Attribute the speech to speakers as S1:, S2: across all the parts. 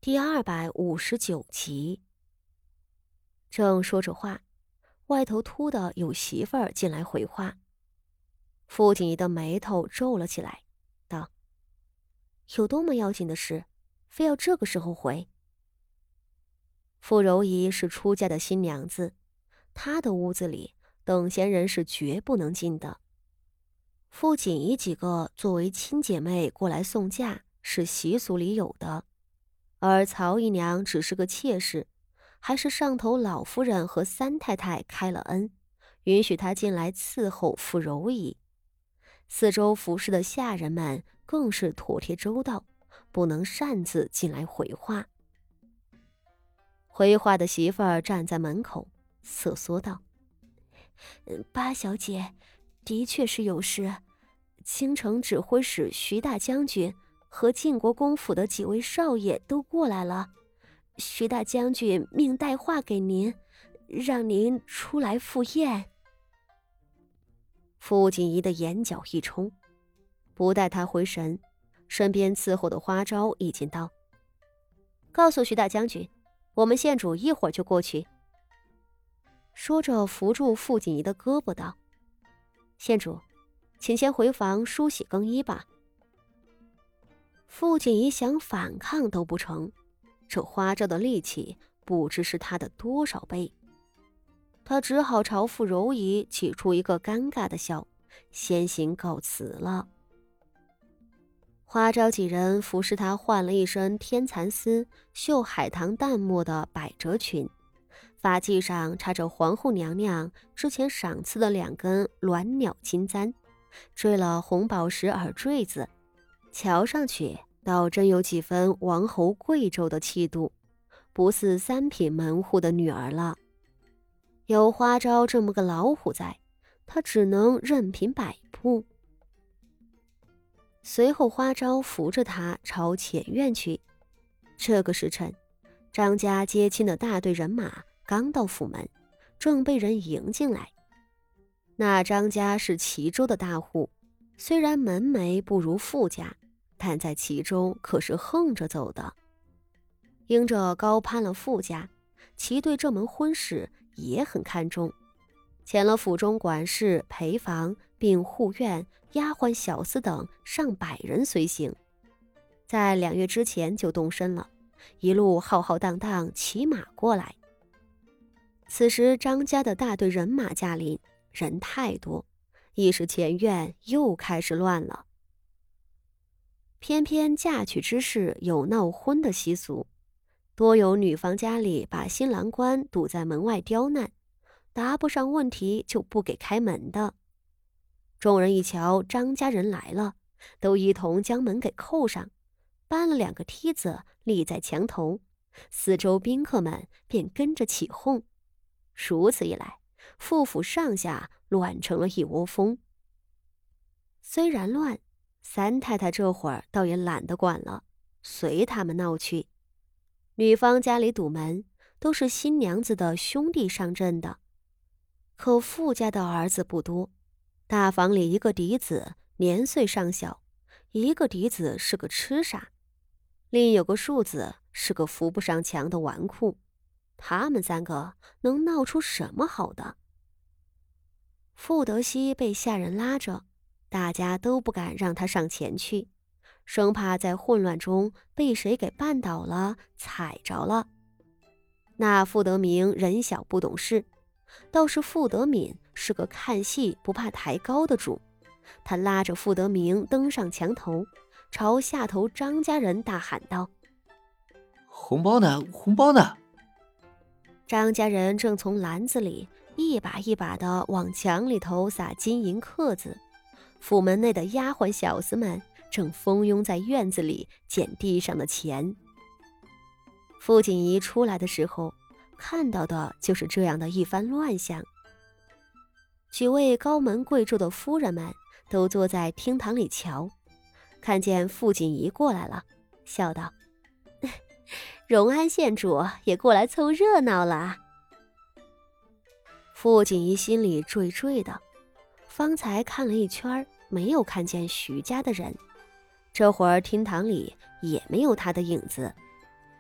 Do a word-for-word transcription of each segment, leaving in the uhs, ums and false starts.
S1: 第二百五十九集。正说着话，外头突的有媳妇儿进来回话。傅锦仪的眉头皱了起来，道：“有多么要紧的事，非要这个时候回？”傅柔仪是出嫁的新娘子，她的屋子里等闲人是绝不能进的。傅锦仪几个作为亲姐妹过来送嫁，是习俗里有的。而曹姨娘只是个妾室，还是上头老夫人和三太太开了恩，允许她进来伺候傅柔仪。四周服侍的下人们更是妥帖周到，不能擅自进来回话。回话的媳妇儿站在门口，瑟缩道：“八小姐，的确是有事。京城指挥使徐大将军和晋国公府的几位少爷都过来了，徐大将军命带话给您，让您出来赴宴。”傅锦仪的眼角一冲，不待他回神，身边伺候的花招已经到：“告诉徐大将军，我们县主一会儿就过去。”说着扶住傅锦仪的胳膊道：“县主，请先回房梳洗更衣吧。”傅锦仪想反抗都不成，这花招的力气不知是他的多少倍。他只好朝傅柔仪起出一个尴尬的笑，先行告辞了。花招几人服侍他换了一身天蚕丝绣海棠淡墨的百褶裙，发髻上插着皇后娘娘之前赏赐的两根鸾鸟金簪，缀了红宝石耳坠子，瞧上去倒真有几分王侯贵胄的气度，不似三品门户的女儿了。有花招这么个老虎在，他只能任凭摆布。随后花招扶着他朝前院去。这个时辰，张家接亲的大队人马刚到府门，正被人迎进来。那张家是齐州的大户，虽然门楣不如傅家，但在齐州可是横着走的。因着高攀了傅家，齐对这门婚事也很看重，遣了府中管事、陪房并护院、丫鬟、小厮等上百人随行，在两月之前就动身了，一路浩浩荡荡骑马过来。此时张家的大队人马驾临，人太多，一时前院又开始乱了。偏偏嫁娶之事有闹婚的习俗，多有女方家里把新郎官堵在门外刁难，答不上问题就不给开门的。众人一瞧张家人来了，都一同将门给扣上，搬了两个梯子立在墙头，四周宾客们便跟着起哄。如此一来，傅府上下乱成了一窝蜂。虽然乱，三太太这会儿倒也懒得管了，随他们闹去。女方家里堵门，都是新娘子的兄弟上阵的。可傅家的儿子不多，大房里一个嫡子年岁尚小，一个嫡子是个痴傻，另有个庶子是个扶不上墙的纨绔，他们三个能闹出什么好的？傅德熙被下人拉着，大家都不敢让他上前去，生怕在混乱中被谁给绊倒了、踩着了。那傅德明人小不懂事，倒是傅德敏是个看戏不怕抬高的主，他拉着傅德明登上墙头，朝下头张家人大喊道：“
S2: 红包呢？红包呢？”
S1: 张家人正从篮子里一把一把的往墙里头撒金银克子，府门内的丫鬟小厮们正蜂拥在院子里捡地上的钱。傅锦仪出来的时候，看到的就是这样的一番乱象。几位高门贵胄的夫人们都坐在厅堂里瞧，看见傅锦仪过来了，笑道：“荣安县主也过来凑热闹了。”傅锦仪心里惴惴的，方才看了一圈，没有看见徐家的人，这会儿厅堂里也没有他的影子。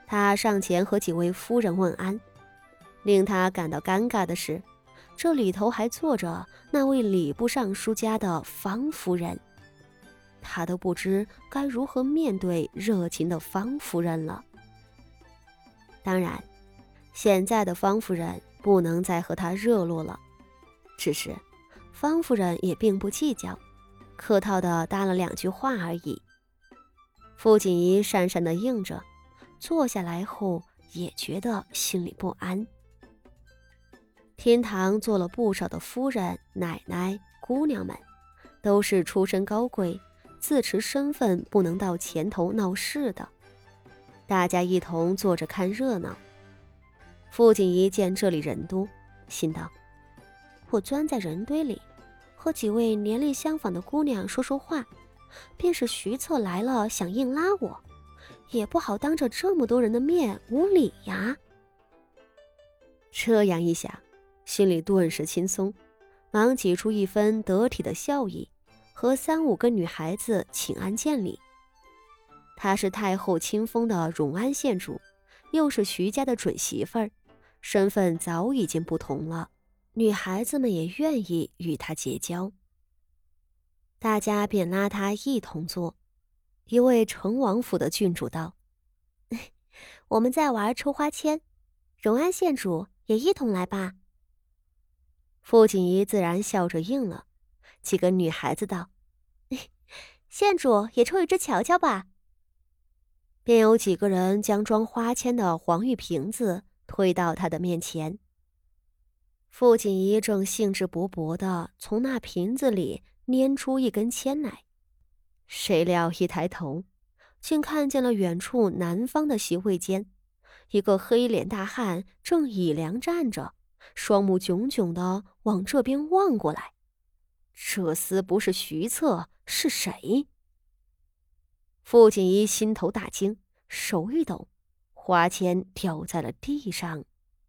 S1: 他上前和几位夫人问安。令他感到尴尬的是，这里头还坐着那位礼部尚书家的方夫人，他都不知该如何面对热情的方夫人了。当然，现在的方夫人不能再和他热络了，只是方夫人也并不计较，客套地搭了两句话而已。傅锦仪讪讪地应着，坐下来后也觉得心里不安。天堂坐了不少的夫人、奶奶、姑娘们，都是出身高贵，自持身份不能到前头闹事的。大家一同坐着看热闹。傅锦仪见这里人多，心道：我钻在人堆里，和几位年龄相仿的姑娘说说话，便是徐策来了想硬拉我，也不好当着这么多人的面无礼呀。这样一想，心里顿时轻松，忙挤出一分得体的笑意，和三五个女孩子请安见礼。她是太后亲封的荣安县主，又是徐家的准媳妇儿，身份早已经不同了，女孩子们也愿意与她结交。大家便拉她一同坐。一位成王府的郡主道：我们在玩抽花签，荣安县主也一同来吧。傅锦仪自然笑着应了。几个女孩子道：县主也抽一支瞧瞧吧。便有几个人将装花签的黄玉瓶子推到他的面前。傅锦仪正兴致勃勃地从那瓶子里拈出一根签来，谁料一抬头，竟看见了远处南方的席位间，一个黑脸大汉正倚梁站着，双目炯炯地往这边望过来。这厮不是徐策是谁？傅锦仪心头大惊，手一抖，花签掉在了地上。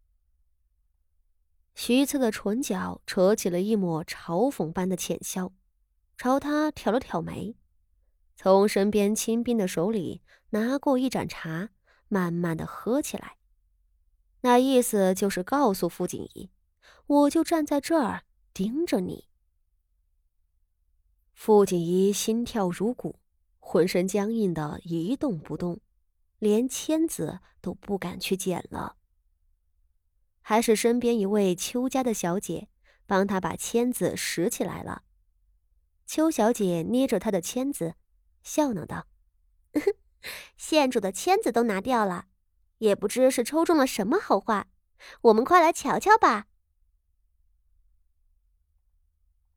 S1: 徐策的唇角扯起了一抹嘲讽般的浅笑，朝他挑了挑眉，从身边亲兵的手里拿过一盏茶，慢慢地喝起来。那意思就是告诉傅锦仪，我就站在这儿盯着你。傅锦仪心跳如鼓，浑身僵硬的一动不动，连签子都不敢去捡了。还是身边一位邱家的小姐帮她把签子拾起来了。邱小姐捏着她的签子，笑闹道：县主的签子都拿掉了，也不知是抽中了什么好话，我们快来瞧瞧吧。